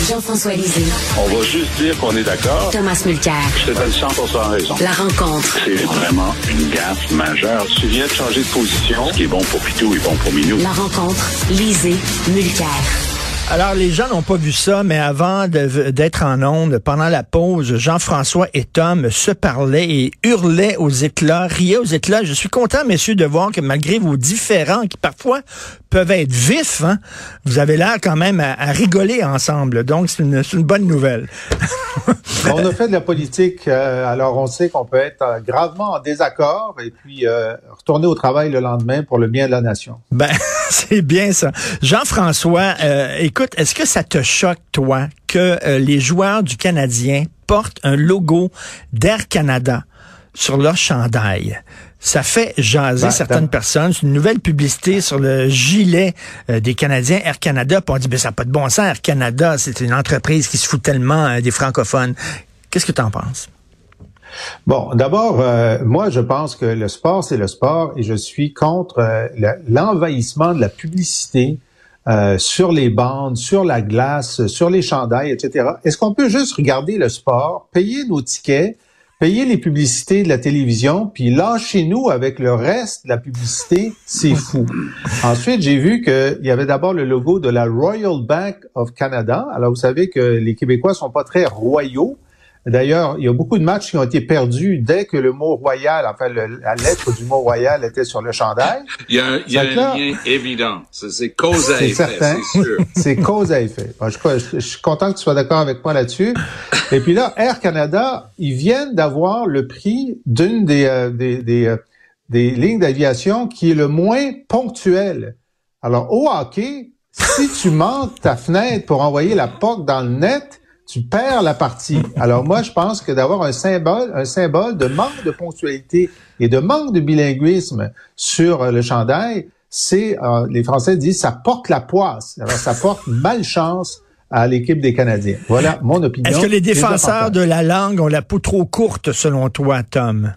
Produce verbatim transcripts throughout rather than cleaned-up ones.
Jean-François Lisée. On va juste dire qu'on est d'accord. Thomas Mulcair. Je te donne cent pour cent raison. La rencontre. C'est vraiment une gaffe majeure. Tu viens de changer de position. Ce qui est bon pour Pitou est bon pour Minou. La rencontre. Lisée. Mulcair. Alors, les gens n'ont pas vu ça, mais avant de, d'être en onde, pendant la pause, Jean-François et Tom se parlaient et hurlaient aux éclats, riaient aux éclats. Je suis content, messieurs, de voir que malgré vos différends, qui parfois peuvent être vifs, hein, vous avez l'air quand même à, à rigoler ensemble. Donc, c'est une, c'est une bonne nouvelle. On a fait de la politique, euh, alors on sait qu'on peut être euh, gravement en désaccord et puis euh, retourner au travail le lendemain pour le bien de la nation. Ben, c'est bien ça. Jean-François, euh, écoute, est-ce que ça te choque, toi, que euh, les joueurs du Canadien portent un logo d'Air Canada sur leur chandail? Ça fait jaser ben, certaines ben, personnes. C'est une nouvelle publicité sur le gilet euh, des Canadiens Air Canada. Puis on dit, ben, ça n'a pas de bon sens. Air Canada, c'est une entreprise qui se fout tellement euh, des francophones. Qu'est-ce que tu en penses? Bon, d'abord, euh, moi, je pense que le sport, c'est le sport et je suis contre euh, l'envahissement de la publicité euh, sur les bandes, sur la glace, sur les chandails, et cetera. Est-ce qu'on peut juste regarder le sport, payer nos tickets, payer les publicités de la télévision, puis lâchez-nous avec le reste de la publicité, c'est fou. Ensuite, j'ai vu qu'il y avait d'abord le logo de la Royal Bank of Canada. Alors, vous savez que les Québécois sont pas très royaux. D'ailleurs, il y a beaucoup de matchs qui ont été perdus dès que le mot royal, enfin le, la lettre du mot royal était sur le chandail. Il y a un, il y a un lien évident. C'est, c'est cause à c'est effet, certain. c'est sûr. C'est cause à effet. Bon, je, je, je suis content que tu sois d'accord avec moi là-dessus. Et puis là, Air Canada, ils viennent d'avoir le prix d'une des, euh, des, des, euh, des lignes d'aviation qui est le moins ponctuelle. Alors, au hockey, si tu manques ta fenêtre pour envoyer la puck dans le net, tu perds la partie. Alors moi, je pense que d'avoir un symbole, un symbole de manque de ponctualité et de manque de bilinguisme sur le chandail, c'est, euh, les Français disent, ça porte la poisse. Alors ça porte malchance à l'équipe des Canadiens. Voilà mon opinion. Est-ce que les défenseurs de la langue ont la peau trop courte, selon toi, Tom?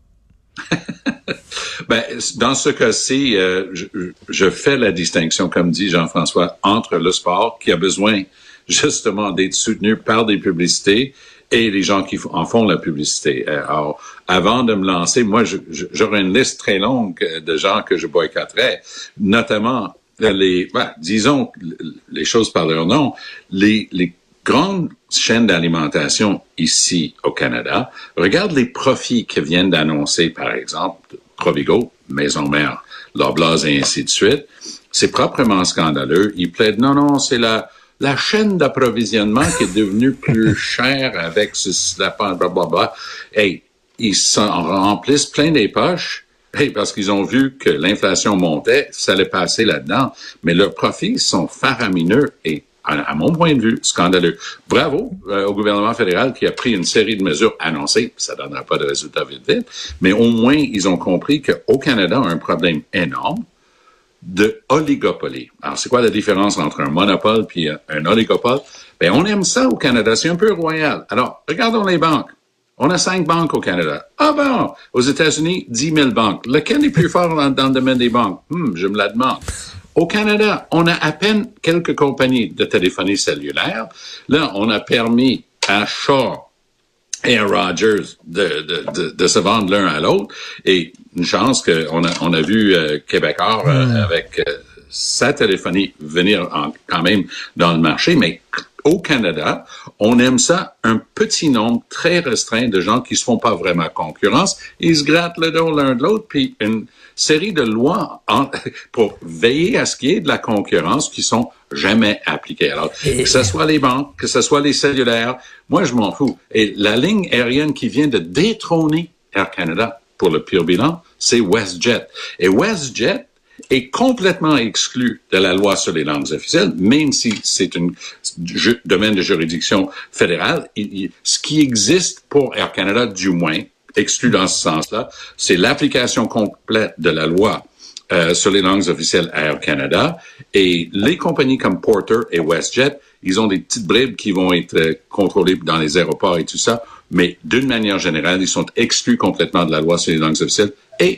Ben, dans ce cas-ci, euh, je, je fais la distinction, comme dit Jean-François, entre le sport qui a besoin justement d'être soutenu par des publicités et les gens qui en font la publicité. Alors, avant de me lancer, moi, je, je, j'aurais une liste très longue de gens que je boycotterais, notamment les, ben, disons les choses par leur nom, les, les grandes chaînes d'alimentation ici au Canada. Regarde les profits que viennent d'annoncer, par exemple, Provigo, Maison Mère, Loblaws et ainsi de suite. C'est proprement scandaleux. Ils plaident, non, non, c'est la La chaîne d'approvisionnement qui est devenue plus chère avec ce, la blablabla. Hey, ils s'en remplissent plein des poches. Hey, parce qu'ils ont vu que l'inflation montait, ça allait passer là-dedans. Mais leurs profits sont faramineux et, à, à mon point de vue, scandaleux. Bravo euh, au gouvernement fédéral qui a pris une série de mesures annoncées. Ça ne donnera pas de résultats vite vite. Mais au moins, ils ont compris qu'au Canada, on a un problème énorme de oligopoly. Alors, c'est quoi la différence entre un monopole puis un oligopole? Ben, on aime ça au Canada. C'est un peu royal. Alors, regardons les banques. On a cinq banques au Canada. Ah bon! Aux États-Unis, dix mille banques. Lequel est plus fort dans, dans le domaine des banques? Hmm, je me la demande. Au Canada, on a à peine quelques compagnies de téléphonie cellulaire. Là, on a permis à Shaw et à Rogers de, de, de, de se vendre l'un à l'autre. Et une chance qu'on a, on a vu euh, Québécois euh, mmh. avec euh, sa téléphonie venir en, quand même dans le marché. Mais au Canada, on aime ça, un petit nombre très restreint de gens qui se font pas vraiment concurrence. Ils se grattent le dos l'un de l'autre, puis une série de lois en, pour veiller à ce qu'il y ait de la concurrence qui sont jamais appliquées. Alors, que ce soit les banques, que ce soit les cellulaires, moi, je m'en fous. Et la ligne aérienne qui vient de détrôner Air Canada pour le pur bilan, c'est WestJet. Et WestJet est complètement exclu de la loi sur les langues officielles, même si c'est un domaine de juridiction fédérale. Il, il, ce qui existe pour Air Canada, du moins, exclu dans ce sens-là, c'est l'application complète de la loi euh, sur les langues officielles à Air Canada. Et les compagnies comme Porter et WestJet, ils ont des petites bribes qui vont être euh, contrôlées dans les aéroports et tout ça, mais d'une manière générale, ils sont exclus complètement de la loi sur les langues officielles. Et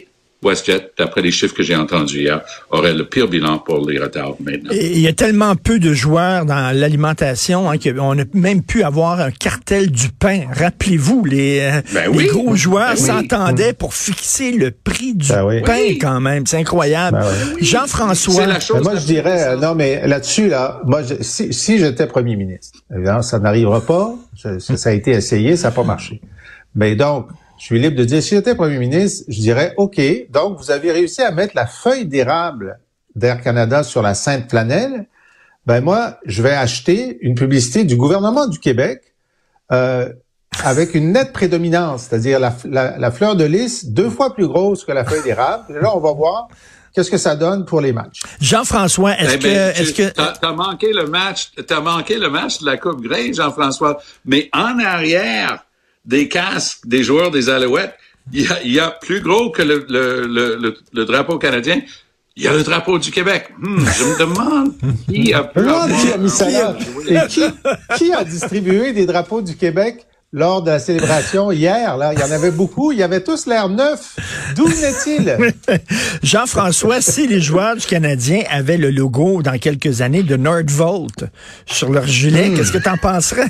WestJet, d'après les chiffres que j'ai entendus hier, aurait le pire bilan pour les retards maintenant. Et il y a tellement peu de joueurs dans l'alimentation hein, qu'on a même pu avoir un cartel du pain. Rappelez-vous, les, euh, ben les oui. gros joueurs ben oui. s'entendaient pour fixer le prix du ben oui. pain oui. quand même. C'est incroyable. Ben oui. Jean-François. C'est la chose mais moi, je dirais, euh, non, mais là-dessus, là, moi, je, si, si j'étais premier ministre, évidemment, ça n'arrivera pas. Je, ça, ça a été essayé, ça n'a pas marché. Mais donc, je suis libre de dire, si j'étais premier ministre, je dirais, OK, donc vous avez réussi à mettre la feuille d'érable d'Air Canada sur la Sainte Flanelle. Ben moi, je vais acheter une publicité du gouvernement du Québec euh, avec une nette prédominance, c'est-à-dire la, la, la fleur de lys deux fois plus grosse que la feuille d'érable. Et là, on va voir qu'est-ce que ça donne pour les matchs. Jean-François, est-ce eh ben, que... est-ce que t'as, t'as manqué le match, t'as manqué le match de la Coupe Grey, Jean-François, mais en arrière des casques des joueurs des Alouettes, il y a, il y a plus gros que le, le, le, le, le drapeau canadien. Il y a le drapeau du Québec. Hmm, je me demande qui a pu avoir... Qui a mis ça là? Et qui, qui a distribué des drapeaux du Québec lors de la célébration hier? Là, il y en avait beaucoup. Ils avaient tous l'air neufs. D'où venait-il? Jean-François, si les joueurs du Canadien avaient le logo dans quelques années de Nordvolt sur leur gilet, hmm. qu'est-ce que t'en penserais?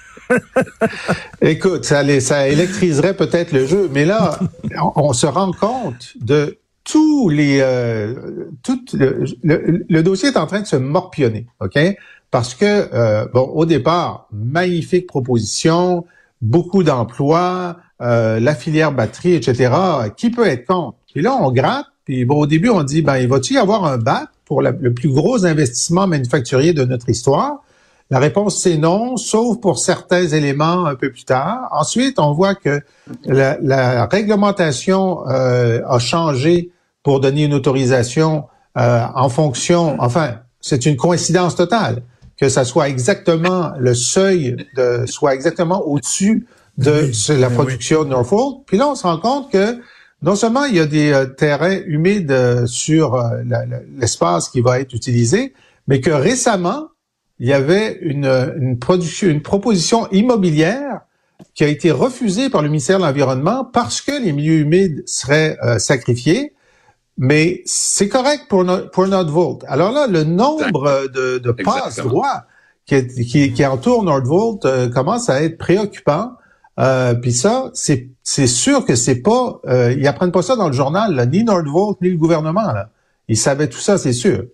Écoute, ça, les, ça électriserait peut-être le jeu, mais là, on, on se rend compte de tous les... Euh, tout le, le, le dossier est en train de se morpionner, OK? Parce que, euh, bon, au départ, magnifique proposition, beaucoup d'emplois, euh, la filière batterie, et cetera. Qui peut être contre? Puis là, on gratte, puis bon, au début, on dit, ben, il va-t-il y avoir un B A T pour la, le plus gros investissement manufacturier de notre histoire? La réponse, c'est non, sauf pour certains éléments un peu plus tard. Ensuite, on voit que la, la réglementation euh, a changé pour donner une autorisation euh, en fonction... Enfin, c'est une coïncidence totale que ça soit exactement le seuil de soit exactement au-dessus de oui, la production oui. de Norfolk. Puis là, on se rend compte que non seulement il y a des euh, terrains humides euh, sur euh, la, la, l'espace qui va être utilisé, mais que récemment, il y avait une, une, production, une proposition immobilière qui a été refusée par le ministère de l'Environnement parce que les milieux humides seraient euh, sacrifiés. Mais c'est correct pour, no, pour Nordvolt. Alors là, le nombre de, de passes droits qui, qui, qui entourent Nordvolt euh, commence à être préoccupant. Euh, Puis ça, c'est, c'est sûr que c'est pas... Euh, ils apprennent pas ça dans le journal, là, ni Nordvolt, ni le gouvernement. Là. Ils savaient tout ça, c'est sûr.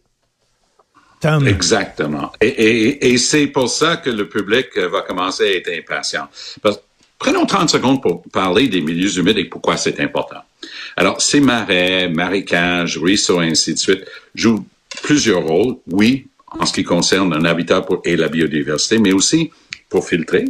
Tom. Exactement. Et, et, et c'est pour ça que le public va commencer à être impatient. Parce, prenons trente secondes pour parler des milieux humides et pourquoi c'est important. Alors, ces marais, marécages, ruisseaux, et ainsi de suite, jouent plusieurs rôles. Oui, en ce qui concerne un habitat pour, et la biodiversité, mais aussi pour filtrer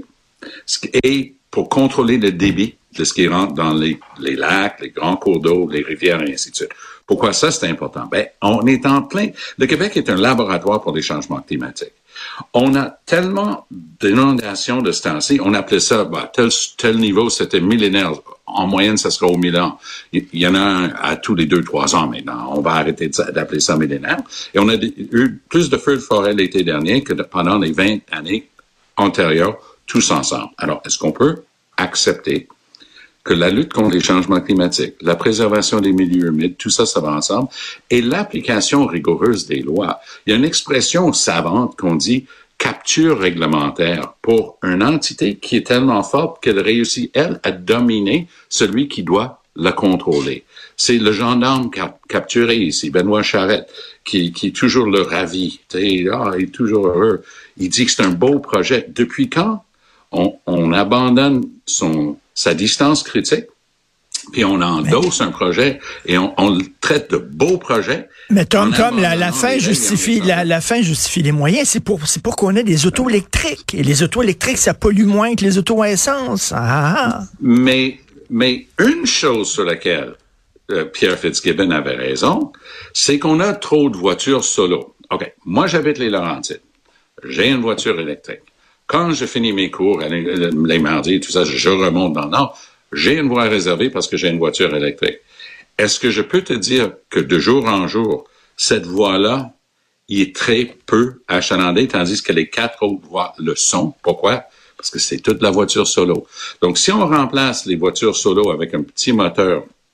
et pour contrôler le débit de ce qui rentre dans les, les lacs, les grands cours d'eau, les rivières, et ainsi de suite. Pourquoi ça, c'est important? Ben, on est en plein... Le Québec est un laboratoire pour les changements climatiques. On a tellement d'inondations de ce temps-ci, on appelait ça, ben, tel, tel niveau, c'était millénaire. En moyenne, ça sera au mille ans. Il y en a un à tous les deux, trois ans maintenant. On va arrêter d'appeler ça millénaire. Et on a eu plus de feux de forêt l'été dernier que pendant les vingt années antérieures, tous ensemble. Alors, est-ce qu'on peut accepter que la lutte contre les changements climatiques, la préservation des milieux humides, tout ça, ça va ensemble, et l'application rigoureuse des lois? Il y a une expression savante qu'on dit capture réglementaire pour une entité qui est tellement forte qu'elle réussit, elle, à dominer celui qui doit la contrôler. C'est le gendarme cap- capturé ici, Benoît Charette, qui, qui est toujours le ravi. Tu sais, ah, il est toujours heureux. Il dit que c'est un beau projet. Depuis quand on, on abandonne son, sa distance critique, puis on endosse un projet et on, on le traite de beau projet. Mais Tom, Tom, la, la fin justifie, la, la fin justifie les moyens. C'est pour, c'est pour qu'on ait des autos électriques. Et les autos électriques, ça pollue moins que les autos à essence. Ah. Mais, mais une chose sur laquelle euh, Pierre Fitzgibbon avait raison, c'est qu'on a trop de voitures solo. OK. Moi, j'habite les Laurentides. J'ai une voiture électrique. Quand je finis mes cours, les, les mardis et tout ça, je remonte dans le Nord. J'ai une voie réservée parce que j'ai une voiture électrique. Est-ce que je peux te dire que de jour en jour, cette voie-là, il est très peu achalandée, tandis que les quatre autres voies le sont? Pourquoi? Parce que c'est toute la voiture solo. Donc, si on remplace les voitures solo avec un petit moteur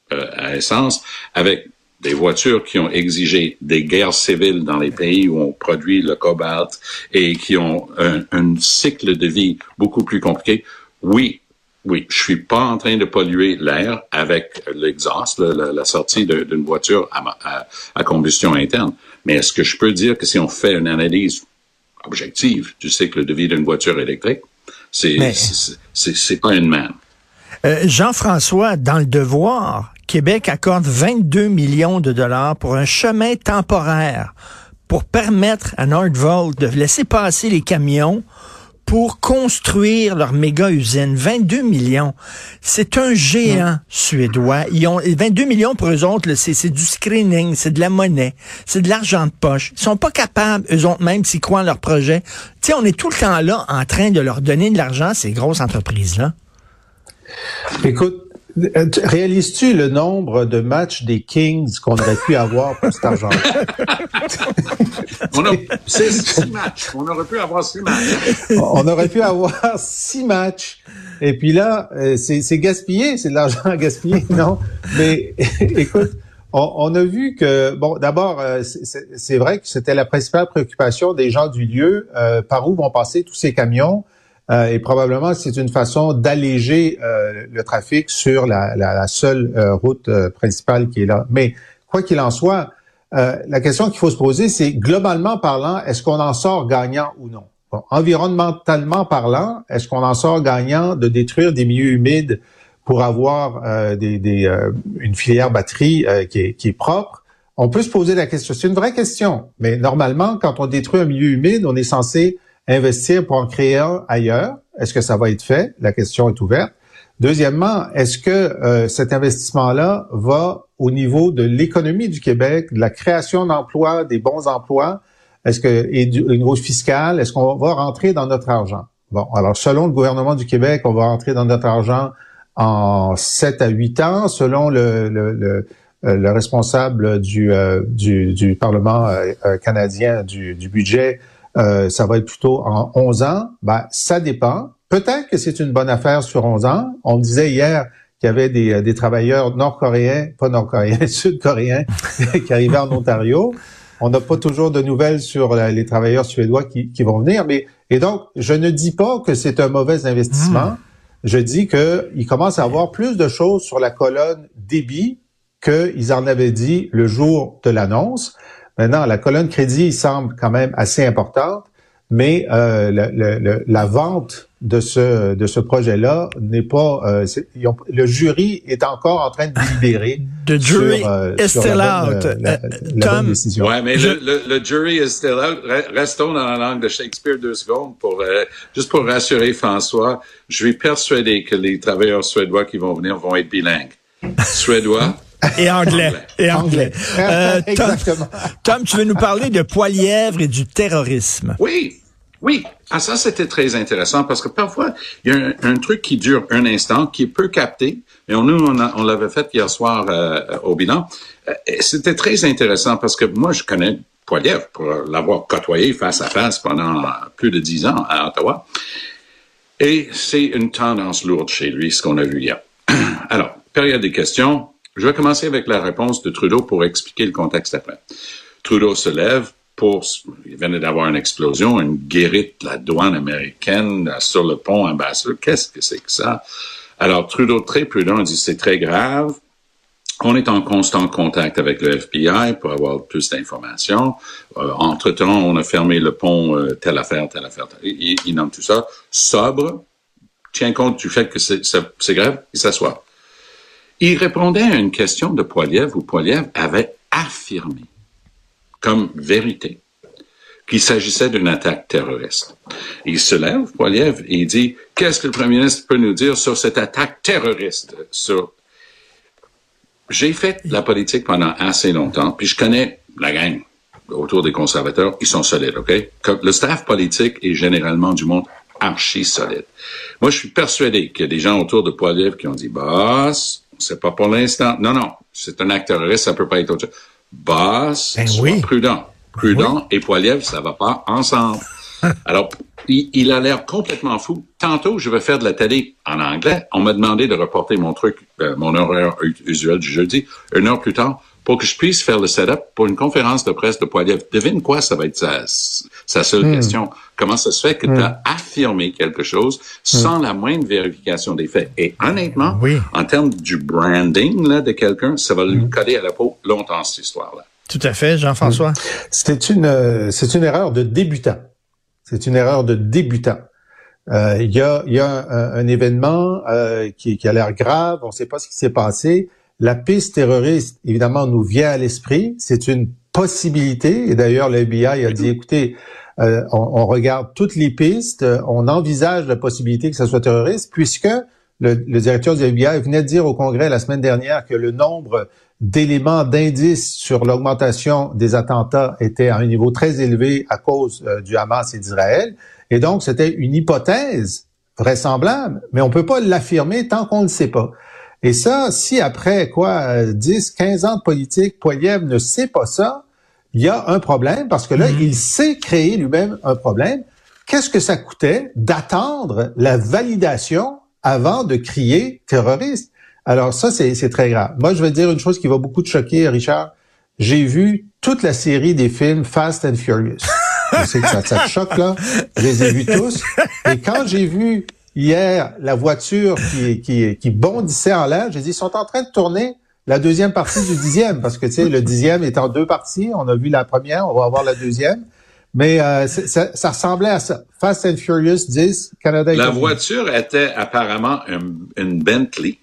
euh, à essence, avec des voitures qui ont exigé des guerres civiles dans les pays où on produit le cobalt et qui ont un, un cycle de vie beaucoup plus compliqué. Oui, oui, je suis pas en train de polluer l'air avec l'exhaust, la, la, la sortie de, d'une voiture à, à, à combustion interne. Mais est-ce que je peux dire que si on fait une analyse objective du cycle de vie d'une voiture électrique, c'est, Mais... c'est, c'est, c'est pas une manne. Euh, Jean-François, dans Le Devoir, Québec accorde vingt-deux millions de dollars pour un chemin temporaire pour permettre à Nordvolt de laisser passer les camions pour construire leur méga-usine. vingt-deux millions. C'est un géant suédois. Ils ont vingt-deux millions pour eux autres, là, c'est, c'est du screening, c'est de la monnaie, c'est de l'argent de poche. Ils sont pas capables, eux autres même, s'ils croient en leur projet. Tu sais, on est tout le temps là en train de leur donner de l'argent à ces grosses entreprises-là. Écoute, réalises-tu le nombre de matchs des Kings qu'on aurait pu avoir pour cet argent? On a c'est six matchs. On aurait pu avoir six matchs. On aurait pu avoir six matchs. Et puis là, c'est, c'est gaspillé, c'est de l'argent gaspillé, non? Mais écoute, on, on a vu que, bon, d'abord, c'est, c'est vrai que c'était la principale préoccupation des gens du lieu, euh, par où vont passer tous ces camions. Euh, et probablement, c'est une façon d'alléger euh, le trafic sur la, la, la seule euh, route euh, principale qui est là. Mais quoi qu'il en soit, euh, la question qu'il faut se poser, c'est globalement parlant, est-ce qu'on en sort gagnant ou non? Bon, environnementalement parlant, est-ce qu'on en sort gagnant de détruire des milieux humides pour avoir euh, des, des, euh, une filière batterie euh, qui, est, qui est propre? On peut se poser la question. C'est une vraie question. Mais normalement, quand on détruit un milieu humide, on est censé investir pour en créer un ailleurs. Est-ce que ça va être fait? La question est ouverte. Deuxièmement, est-ce que euh, cet investissement-là va au niveau de l'économie du Québec, de la création d'emplois, des bons emplois, est-ce que et du au niveau fiscal, est-ce qu'on va rentrer dans notre argent? Bon, alors selon le gouvernement du Québec, on va rentrer dans notre argent en sept à huit ans. Selon le, le, le, le responsable du, euh, du, du Parlement euh, canadien du, du budget, Euh, ça va être plutôt en onze ans. Ben, ça dépend. Peut-être que c'est une bonne affaire sur onze ans. On me disait hier qu'il y avait des, des travailleurs nord-coréens, pas nord-coréens, sud-coréens, qui arrivaient en Ontario. On n'a pas toujours de nouvelles sur les travailleurs suédois qui, qui vont venir. Mais et donc, je ne dis pas que c'est un mauvais investissement. Mmh. Je dis qu'il commence à avoir plus de choses sur la colonne débit qu'ils en avaient dit le jour de l'annonce. Maintenant, la colonne crédit semble quand même assez importante, mais euh, le, le, la vente de ce de ce projet-là n'est pas. Euh, c'est, ont, le jury est encore en train de délibérer. The jury sur, euh, is sur still la bonne, out. Euh, la, la Tom, bonne décision. Ouais, mais je... le, le, le jury is still out. Restons dans la langue de Shakespeare deux secondes pour euh, juste pour rassurer François. Je suis persuadé que les travailleurs suédois qui vont venir vont être bilingues. Suédois. Et anglais. Et anglais. Euh, Tom, Exactement. Tom, tu veux nous parler de Poilièvre et du terrorisme. Oui, oui. Ah, ça, c'était très intéressant parce que parfois, il y a un, un truc qui dure un instant, qui est peu capté. Et on, nous, on, a, on l'avait fait hier soir euh, au bilan. Et c'était très intéressant parce que moi, je connais Poilièvre pour l'avoir côtoyé face à face pendant plus de dix ans à Ottawa. Et c'est une tendance lourde chez lui, ce qu'on a vu hier. Alors, période des questions. Je vais commencer avec la réponse de Trudeau pour expliquer le contexte après. Trudeau se lève pour, il venait d'avoir une explosion, une guérite de la douane américaine sur le pont Ambassador. Qu'est-ce que c'est que ça? Alors, Trudeau, très prudent, dit c'est très grave. On est en constant contact avec le F B I pour avoir plus d'informations. Euh, entre-temps, on a fermé le pont, euh, telle affaire, telle affaire. Il, il nomme tout ça. Sobre, tient compte du fait que c'est, c'est, c'est grave, il s'assoit. Il répondait à une question de Poilièvre où Poilièvre avait affirmé, comme vérité, qu'il s'agissait d'une attaque terroriste. Il se lève, Poilièvre, et il dit « Qu'est-ce que le premier ministre peut nous dire sur cette attaque terroriste? » sur... J'ai fait la politique pendant assez longtemps, puis je connais la gang autour des conservateurs, ils sont solides, OK? Le staff politique est généralement du monde archi solide. Moi, je suis persuadé qu'il y a des gens autour de Poilièvre qui ont dit « Boss, c'est pas pour l'instant. Non, non, c'est un acte terroriste, ça peut pas être autre chose. » Boss, ben sois oui. prudent. Prudent oui. et Poilièvre, ça va pas ensemble. Alors, il, il a l'air complètement fou. Tantôt, je vais faire de la télé en anglais. On m'a demandé de reporter mon truc, euh, mon horaire usuel du jeudi, une heure plus tard, pour que je puisse faire le setup pour une conférence de presse de Poilievre. Devine quoi, ça va être sa, sa seule mm. question. Comment ça se fait que mm. tu as affirmé quelque chose sans mm. la moindre vérification des faits? Et honnêtement, oui. en termes du branding là, de quelqu'un, ça va lui mm. coller à la peau longtemps, cette histoire-là. Tout à fait, Jean-François. Mm. C'est une, euh, c'est une erreur de débutant. C'est une erreur de débutant. Euh, il y a, il y a un, un événement euh, qui, qui a l'air grave, on ne sait pas ce qui s'est passé. La piste terroriste, évidemment, nous vient à l'esprit. C'est une possibilité. Et d'ailleurs, le F B I a dit, écoutez, euh, on, on regarde toutes les pistes, on envisage la possibilité que ça soit terroriste, puisque le, le directeur du F B I venait de dire au Congrès la semaine dernière que le nombre d'éléments, d'indices sur l'augmentation des attentats était à un niveau très élevé à cause euh, du Hamas et d'Israël. Et donc, c'était une hypothèse vraisemblable, mais on peut pas l'affirmer tant qu'on ne le sait pas. Et ça, si après, quoi, dix, quinze ans de politique, Poilievre ne sait pas ça, il y a un problème, parce que là, mmh. il sait créer lui-même un problème. Qu'est-ce que ça coûtait d'attendre la validation avant de crier terroriste? Alors ça, c'est, c'est très grave. Moi, je vais te dire une chose qui va beaucoup te choquer, Richard. J'ai vu toute la série des films Fast and Furious. Je sais que ça, ça te choque, là. Je les ai vus tous. Et quand j'ai vu hier la voiture qui, qui, qui bondissait en l'air, j'ai dit, ils sont en train de tourner la deuxième partie du dixième, parce que, tu sais, le dixième est en deux parties. On a vu la première, on va avoir la deuxième. Mais euh, ça, ça ressemblait à ça. Fast and Furious dix, Canada. La voiture était apparemment une, une Bentley.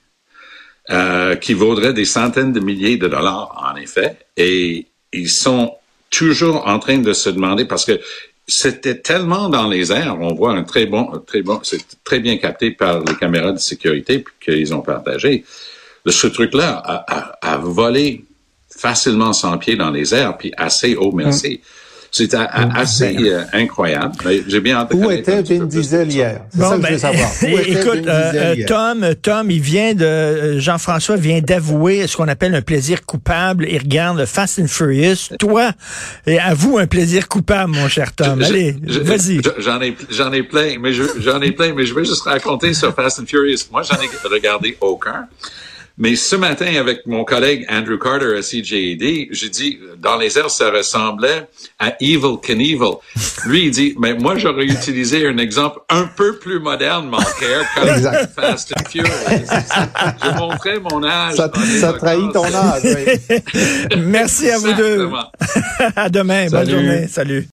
Euh, qui vaudrait des centaines de milliers de dollars, en effet. Et ils sont toujours en train de se demander, parce que c'était tellement dans les airs, on voit un très bon, très bon, c'est très bien capté par les caméras de sécurité puis qu'ils ont partagé. Ce truc-là a, a, a volé facilement cent pieds dans les airs, puis assez haut, merci. Mmh. C'est a, a, assez euh, incroyable. Mais j'ai bien hâte de Où était Vin Diesel hier? C'est bon, ça que ben, je veux savoir. Où écoute, euh, Tom, Tom, il vient de, Jean-François vient d'avouer ce qu'on appelle un plaisir coupable. Il regarde Fast and Furious. Toi, et avoue un plaisir coupable, mon cher Tom. Je, Allez, je, vas-y. Je, j'en ai, j'en ai plein, mais je, j'en ai plein, mais je vais juste raconter sur Fast and Furious. Moi, j'en ai regardé aucun. Mais ce matin, avec mon collègue Andrew Carter à C J A D, j'ai dit, dans les airs, ça ressemblait à Evel Knievel. Lui, il dit, mais moi, j'aurais utilisé un exemple un peu plus moderne, mon père, comme Fast and Furious. Je montrais mon âge. Ça, ça trahit ton âge, oui. Merci à vous deux. À demain. Salut. Bonne journée. Salut.